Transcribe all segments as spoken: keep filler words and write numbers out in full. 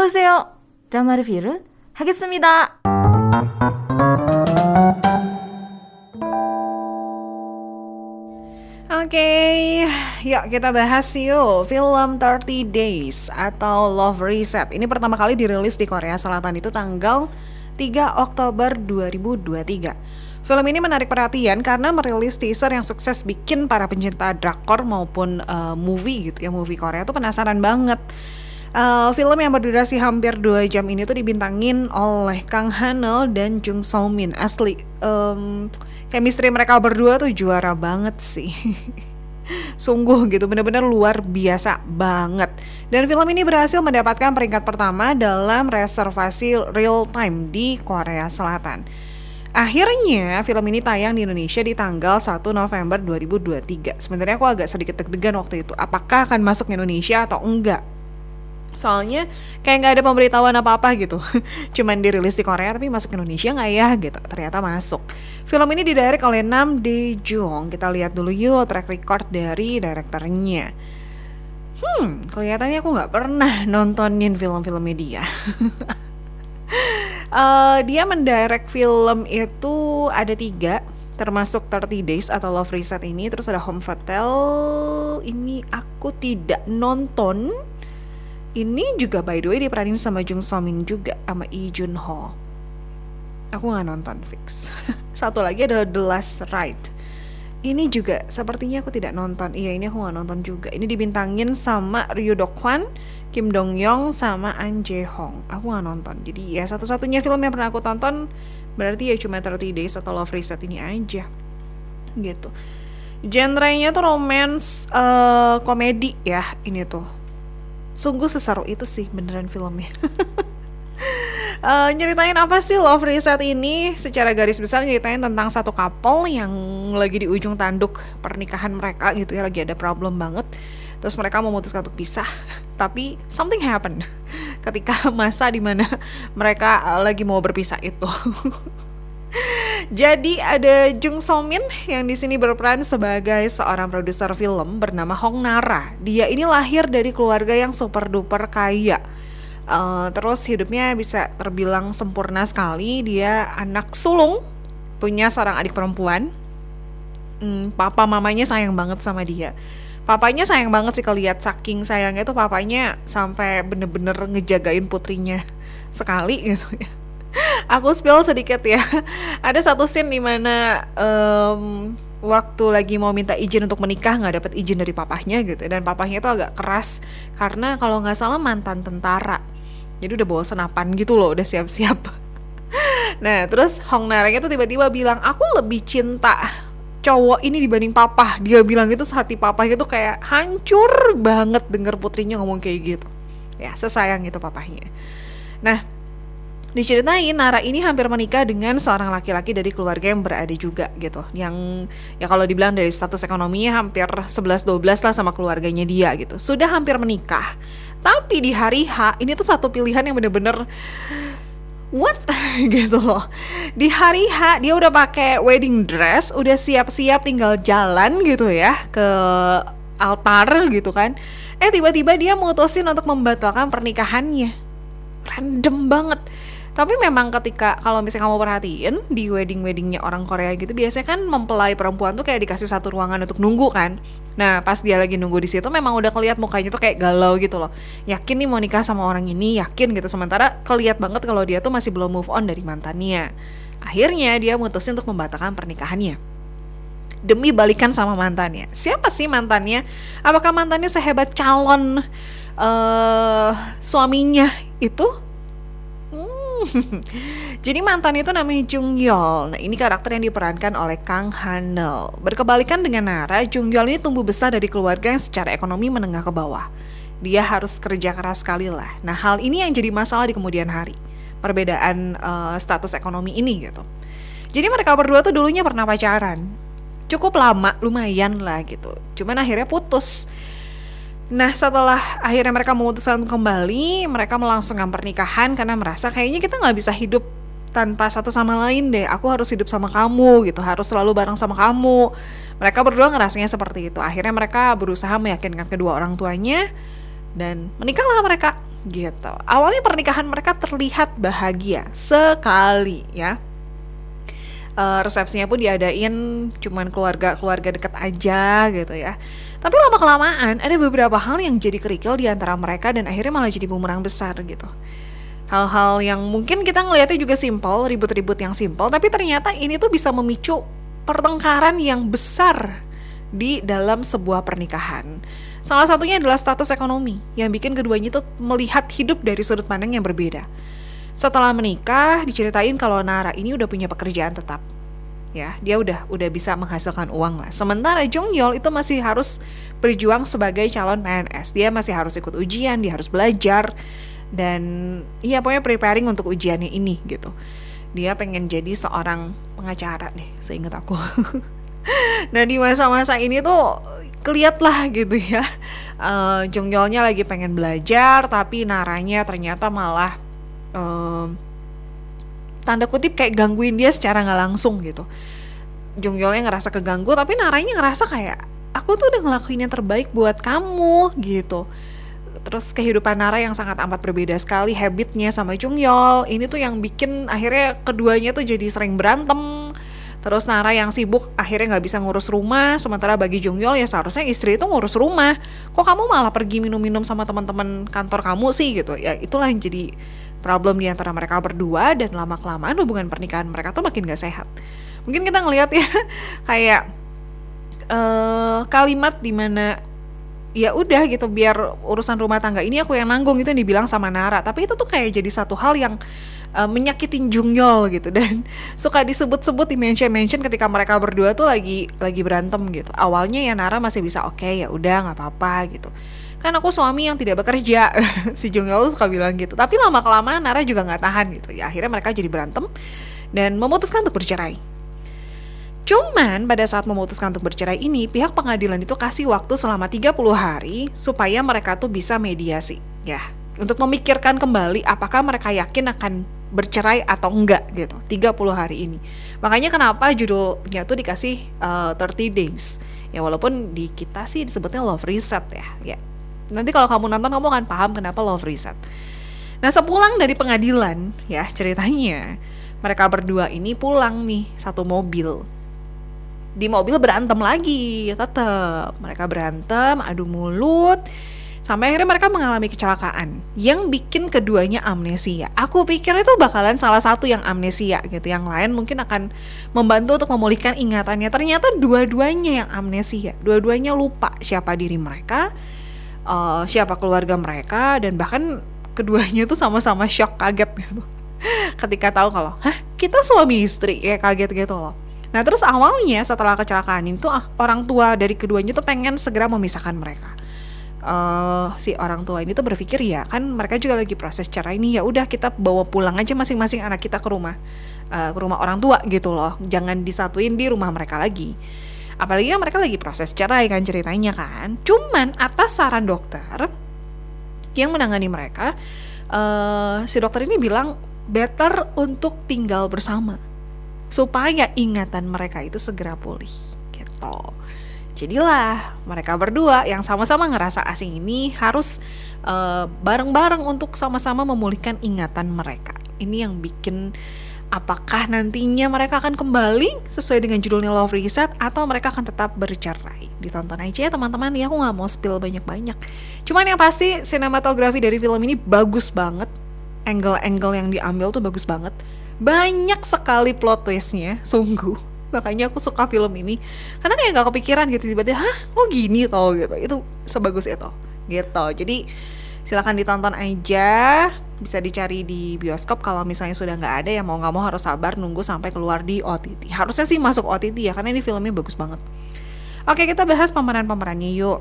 안녕하세요. 드라마 리뷰를 하겠습니다. Oke, okay, yuk kita bahas yuk film thirty days atau Love Reset. Ini pertama kali dirilis di Korea Selatan itu tanggal tiga Oktober dua ribu dua puluh tiga. Film ini menarik perhatian karena merilis teaser yang sukses bikin para pencinta drakor maupun uh, movie gitu ya, movie Korea tuh penasaran banget. Uh, film yang berdurasi hampir dua jam ini tuh dibintangin oleh Kang Han-eul dan Jung So-min. Asli, um, chemistry mereka berdua tuh juara banget sih. Sungguh gitu, bener-bener luar biasa banget. Dan film ini berhasil mendapatkan peringkat pertama dalam reservasi real time di Korea Selatan. Akhirnya film ini tayang di Indonesia di tanggal satu November dua ribu dua puluh tiga. Sebenarnya aku agak sedikit deg-degan waktu itu, apakah akan masuk ke Indonesia atau enggak. Soalnya kayak gak ada pemberitahuan apa-apa gitu. Cuman dirilis di Korea tapi masuk ke Indonesia gak ya gitu. Ternyata masuk. Film ini didirect oleh Nam Dae-jung. Kita lihat dulu yuk track record dari direkturnya. Hmm, kelihatannya aku gak pernah nontonin film-film media. uh, Dia mendirect film itu ada tiga, termasuk thirty days atau Love Reset ini. Terus ada Homme Fatale. Ini aku tidak nonton. Ini juga by the way diperanin sama Jung So-min juga, sama Lee Jun-ho. Aku gak nonton fix. Satu lagi adalah The Last Ride. Ini juga sepertinya aku tidak nonton. Iya, ini aku gak nonton juga. Ini dibintangin sama Ryu Dok-hwan, Kim Dong-young, sama An Jae-hong. Aku gak nonton. Jadi ya satu-satunya film yang pernah aku tonton berarti ya cuma thirty days atau Love Reset ini aja. Gitu. Genrenya tuh romance, uh, komedi ya ini tuh. Sungguh seseru itu sih beneran filmnya. uh, Nyeritain apa sih Love Reset ini? Secara garis besar nyeritain tentang satu couple yang lagi di ujung tanduk pernikahan mereka gitu ya, lagi ada problem banget. Terus mereka memutuskan untuk pisah. Tapi something happen ketika masa dimana mereka uh, lagi mau berpisah itu. Jadi ada Jung So-min yang di sini berperan sebagai seorang produser film bernama Hong Nara. Dia ini lahir dari keluarga yang super duper kaya. Uh, terus hidupnya bisa terbilang sempurna sekali. Dia anak sulung, punya seorang adik perempuan. Hmm, papa mamanya sayang banget sama dia. Papanya sayang banget sih, kelihat saking sayangnya tuh papanya sampai bener-bener ngejagain putrinya sekali gitu ya. Aku spill sedikit ya. Ada satu scene dimana um, waktu lagi mau minta izin untuk menikah nggak dapet izin dari papahnya gitu. Dan papahnya itu agak keras karena kalau nggak salah mantan tentara. Jadi udah bawa senapan gitu loh, udah siap-siap. Nah terus Hong Naranya tuh tiba-tiba bilang, aku lebih cinta cowok ini dibanding papa. Dia bilang gitu, hati papahnya tuh kayak hancur banget denger putrinya ngomong kayak gitu. Ya sesayang itu papahnya. Nah diceritain Nara ini hampir menikah dengan seorang laki-laki dari keluarga yang berada juga gitu, yang ya kalau dibilang dari status ekonominya hampir sebelas dua belas lah sama keluarganya dia gitu. Sudah hampir menikah, tapi di hari H ini tuh satu pilihan yang bener-bener what gitu loh. Di hari H dia udah pakai wedding dress, udah siap-siap tinggal jalan gitu ya ke altar gitu kan. Eh tiba-tiba dia mutusin untuk membatalkan pernikahannya. Random banget. Tapi memang ketika kalau misalnya kamu perhatiin di wedding-weddingnya orang Korea gitu, biasanya kan mempelai perempuan tuh kayak dikasih satu ruangan untuk nunggu kan. Nah pas dia lagi nunggu di situ memang udah kelihatan mukanya tuh kayak galau gitu loh. Yakin nih mau nikah sama orang ini, yakin gitu. Sementara kelihatan banget kalau dia tuh masih belum move on dari mantannya. Akhirnya dia mutusin untuk membatalkan pernikahannya demi balikan sama mantannya. Siapa sih mantannya? Apakah mantannya sehebat calon uh, suaminya itu? Jadi mantan itu namanya Jung Yeol. Nah ini karakter yang diperankan oleh Kang Han-eul. Berkebalikan dengan Nara, Jung Yeol ini tumbuh besar dari keluarga yang secara ekonomi menengah ke bawah. Dia harus kerja keras sekali lah. Nah hal ini yang jadi masalah di kemudian hari. Perbedaan uh, status ekonomi ini gitu. Jadi mereka berdua tuh dulunya pernah pacaran. Cukup lama, lumayan lah gitu. Cuman akhirnya putus. Nah setelah akhirnya mereka memutuskan untuk kembali, mereka melangsungkan pernikahan karena merasa kayaknya kita gak bisa hidup tanpa satu sama lain deh. Aku harus hidup sama kamu gitu, harus selalu bareng sama kamu. Mereka berdua ngerasanya seperti itu. Akhirnya mereka berusaha meyakinkan kedua orang tuanya dan menikahlah mereka gitu. Awalnya pernikahan mereka terlihat bahagia sekali ya. Uh, resepsinya pun diadain cuman keluarga-keluarga dekat aja gitu ya. Tapi lama-kelamaan ada beberapa hal yang jadi kerikil di antara mereka dan akhirnya malah jadi bumerang besar gitu. Hal-hal yang mungkin kita ngelihatnya juga simpel, ribut-ribut yang simpel, tapi ternyata ini tuh bisa memicu pertengkaran yang besar di dalam sebuah pernikahan. Salah satunya adalah status ekonomi yang bikin keduanya tuh melihat hidup dari sudut pandang yang berbeda. Setelah menikah, diceritain kalau Nara ini udah punya pekerjaan tetap. Ya, dia udah udah bisa menghasilkan uang lah. Sementara Jong Yeol itu masih harus berjuang sebagai calon P N S. Dia masih harus ikut ujian, dia harus belajar dan iya pokoknya preparing untuk ujiannya ini gitu. Dia pengen jadi seorang pengacara nih, seingat aku. Nah, di masa-masa ini tuh keliat lah gitu ya. Uh, Jong Yeolnya lagi pengen belajar, tapi Naranya ternyata malah Um, tanda kutip kayak gangguin dia secara nggak langsung gitu. Jong Yeolnya ngerasa keganggu, tapi Naranya ngerasa kayak aku tuh udah ngelakuin yang terbaik buat kamu gitu. Terus kehidupan Nara yang sangat amat berbeda sekali habitnya sama Jong Yeol. Ini tuh yang bikin akhirnya keduanya tuh jadi sering berantem. Terus Nara yang sibuk akhirnya nggak bisa ngurus rumah, sementara bagi Jong Yeol ya seharusnya istri itu ngurus rumah. Kok kamu malah pergi minum-minum sama teman-teman kantor kamu sih gitu. Ya itulah yang jadi problem di antara mereka berdua, dan lama-kelamaan hubungan pernikahan mereka tuh makin gak sehat. Mungkin kita ngelihat ya kayak uh, kalimat dimana ya udah gitu biar urusan rumah tangga ini aku yang nanggung, itu yang dibilang sama Nara. Tapi itu tuh kayak jadi satu hal yang uh, menyakitin Jong Yeol gitu, dan suka disebut-sebut di mention-mention ketika mereka berdua tuh lagi lagi berantem gitu. Awalnya ya Nara masih bisa oke okay, ya udah nggak apa-apa gitu. Kan aku suami yang tidak bekerja, si Jong Yeol suka bilang gitu. Tapi lama kelamaan Nara juga nggak tahan gitu. Ya akhirnya mereka jadi berantem dan memutuskan untuk bercerai. Cuman pada saat memutuskan untuk bercerai ini, pihak pengadilan itu kasih waktu selama tiga puluh hari supaya mereka tuh bisa mediasi, ya, untuk memikirkan kembali apakah mereka yakin akan bercerai atau enggak gitu. tiga puluh hari ini. Makanya kenapa judulnya tuh dikasih uh, tiga puluh days. Ya walaupun di kita sih disebutnya love reset ya. Ya. Nanti kalau kamu nonton kamu akan paham kenapa love reset. Nah, sepulang dari pengadilan ya ceritanya, mereka berdua ini pulang nih satu mobil. Di mobil berantem lagi, tetap mereka berantem, adu mulut, sampai akhirnya mereka mengalami kecelakaan yang bikin keduanya amnesia. Aku pikir itu bakalan salah satu yang amnesia gitu, yang lain mungkin akan membantu untuk memulihkan ingatannya. Ternyata dua-duanya yang amnesia, dua-duanya lupa siapa diri mereka, Uh, siapa keluarga mereka, dan bahkan keduanya tuh sama-sama shock, kaget gitu ketika tahu kalau hah kita suami istri, ya kaget gitu loh. Nah terus awalnya setelah kecelakaan itu ah, orang tua dari keduanya tuh pengen segera memisahkan mereka. Uh, si orang tua ini tuh berpikir ya kan mereka juga lagi proses cerai ini, ya udah kita bawa pulang aja masing-masing anak kita ke rumah uh, ke rumah orang tua gitu loh, jangan disatuin di rumah mereka lagi. Apalagi kan mereka lagi proses cerai kan ceritanya kan. Cuman atas saran dokter yang menangani mereka, uh, si dokter ini bilang better untuk tinggal bersama supaya ingatan mereka itu segera pulih gitu. Jadilah mereka berdua yang sama-sama ngerasa asing ini harus uh, bareng-bareng untuk sama-sama memulihkan ingatan mereka. Ini yang bikin apakah nantinya mereka akan kembali sesuai dengan judulnya Love Reset atau mereka akan tetap bercerai. Ditonton aja ya teman-teman, ya aku gak mau spill banyak-banyak. Cuman yang pasti sinematografi dari film ini bagus banget. Angle-angle yang diambil tuh bagus banget. Banyak sekali plot twistnya, sungguh. Makanya aku suka film ini, karena kayak gak kepikiran gitu tiba-tiba, hah kok gini tau gitu. Itu sebagus itu gitu. Jadi silakan ditonton aja. Bisa dicari di bioskop kalau misalnya sudah nggak ada, ya mau nggak mau harus sabar nunggu sampai keluar di O T T. Harusnya sih masuk O T T ya, karena ini filmnya bagus banget. Oke, kita bahas pemeran-pemerannya yuk.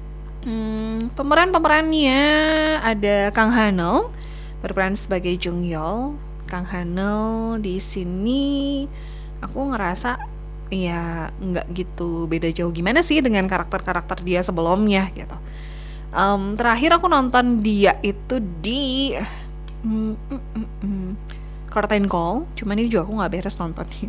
Hmm, pemeran-pemerannya ada Kang Hanel berperan sebagai Jong Yeol. Kang Hanel di sini aku ngerasa ya nggak gitu beda jauh gimana sih dengan karakter-karakter dia sebelumnya gitu. Um, terakhir aku nonton dia itu di Mm, mm, mm, mm. Curtain Call, cuman ini juga aku gak beres nontonnya.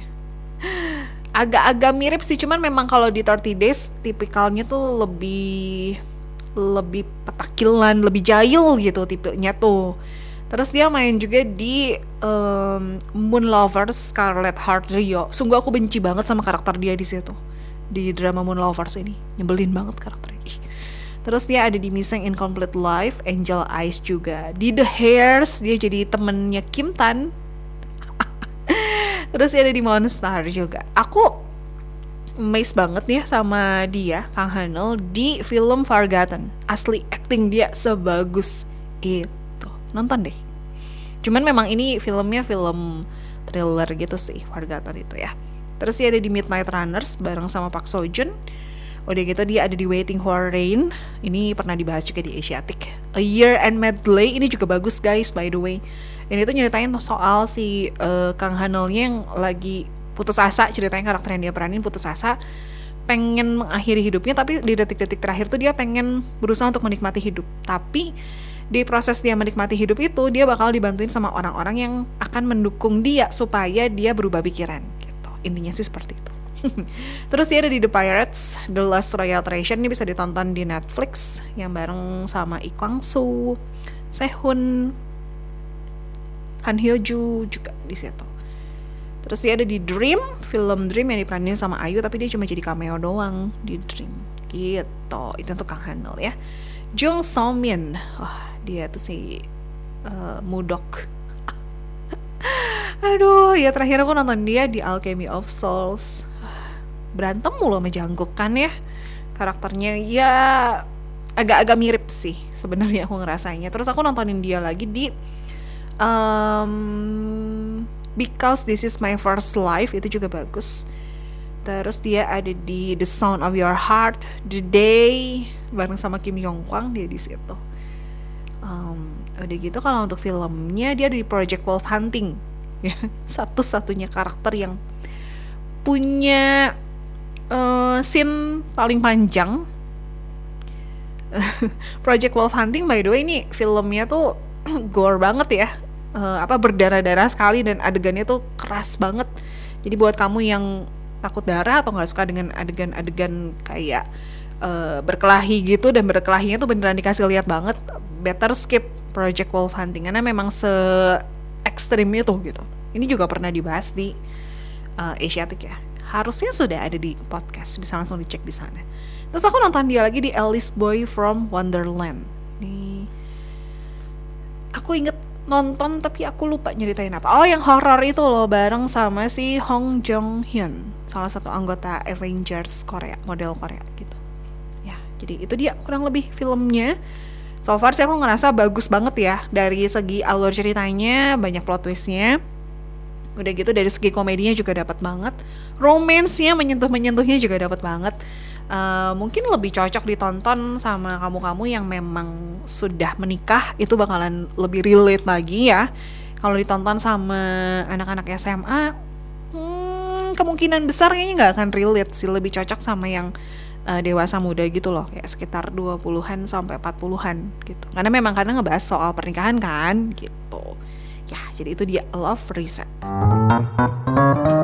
Agak-agak mirip sih, cuman memang kalau di tiga puluh days tipikalnya tuh lebih lebih petakilan, lebih jahil gitu tipenya tuh. Terus dia main juga di um, Moon Lovers Scarlet Heart Rio. Sungguh aku benci banget sama karakter dia di situ. Di drama Moon Lovers ini, nyebelin banget karakternya. Ih. Terus dia ada di Missing Incomplete Life, Angel Eyes juga. Di The Hairs dia jadi temennya Kim Tan. Terus dia ada di Monster juga. Aku amazed banget ya sama dia, Kang Hanel, di film Forgotten. Asli acting dia sebagus itu. Nonton deh. Cuman memang ini filmnya film thriller gitu sih, Forgotten itu ya. Terus dia ada di Midnight Runners bareng sama Park Seo Joon. Udah gitu dia ada di Waiting for Rain. Ini pernah dibahas juga di Asiatic. A Year and Medley ini juga bagus guys, by the way. Ini tuh nyeritain soal si uh, Kang Hanelnya yang lagi putus asa, ceritanya karakter yang dia peranin putus asa, pengen mengakhiri hidupnya, tapi di detik-detik terakhir tuh dia pengen berusaha untuk menikmati hidup. Tapi di proses dia menikmati hidup itu, dia bakal dibantuin sama orang-orang yang akan mendukung dia supaya dia berubah pikiran gitu. Intinya sih seperti itu. Terus dia ada di The Pirates, The Last Royal Treasure. Ini bisa ditonton di Netflix yang bareng sama Lee Kwang Soo, Sehun, Han Hyo Joo juga di situ. Terus dia ada di Dream, film Dream yang diperanin sama Ayu, tapi dia cuma jadi cameo doang di Dream gitu. Itu untuk Kang Hanel ya. Jung So Min, wah dia tuh si uh, Mudok. Aduh, ya terakhir aku nonton dia di Alchemy of Souls. Berantem mulu sama Jungkook kan ya. Karakternya ya agak-agak mirip sih sebenarnya aku ngerasanya. Terus aku nontonin dia lagi di um, Because This Is My First Life, itu juga bagus. Terus dia ada di The Sound of Your Heart, The Day bareng sama Kim Yong Kwang, dia di situ. Um, udah gitu kalau untuk filmnya dia ada di Project Wolf Hunting. Ya, satu-satunya karakter yang punya uh, scene paling panjang. Project Wolf Hunting by the way ini filmnya tuh gore banget ya. Uh, apa berdarah-darah sekali dan adegannya tuh keras banget. Jadi buat kamu yang takut darah atau nggak suka dengan adegan-adegan kayak uh, berkelahi gitu, dan berkelahinya tuh beneran dikasih lihat banget, better skip Project Wolf Hunting karena memang se ekstrim itu gitu. Ini juga pernah dibahas di uh, Asiatic ya. Harusnya sudah ada di podcast, bisa langsung dicek di sana. Terus aku nonton dia lagi di Alice Boy from Wonderland. Nih, aku inget nonton tapi aku lupa nyeritain apa. Oh, yang horror itu loh, bareng sama si Hong Jong Hyun, salah satu anggota Avengers Korea, model Korea gitu. Ya, jadi itu dia kurang lebih filmnya. So far sih aku ngerasa bagus banget ya. Dari segi alur ceritanya, banyak plot twistnya. Udah gitu dari segi komedinya juga dapat banget. Romance-nya, menyentuh-menyentuhnya juga dapat banget. Uh, mungkin lebih cocok ditonton sama kamu-kamu yang memang sudah menikah, itu bakalan lebih relate lagi ya. Kalau ditonton sama anak-anak S M A, hmm, kemungkinan besar kayaknya nggak akan relate sih. Lebih cocok sama yang uh, dewasa muda gitu loh, kayak sekitar dua puluhan sampai empat puluhan gitu. Karena memang kadang ngebahas soal pernikahan kan gitu. Ya, jadi itu dia Love Reset.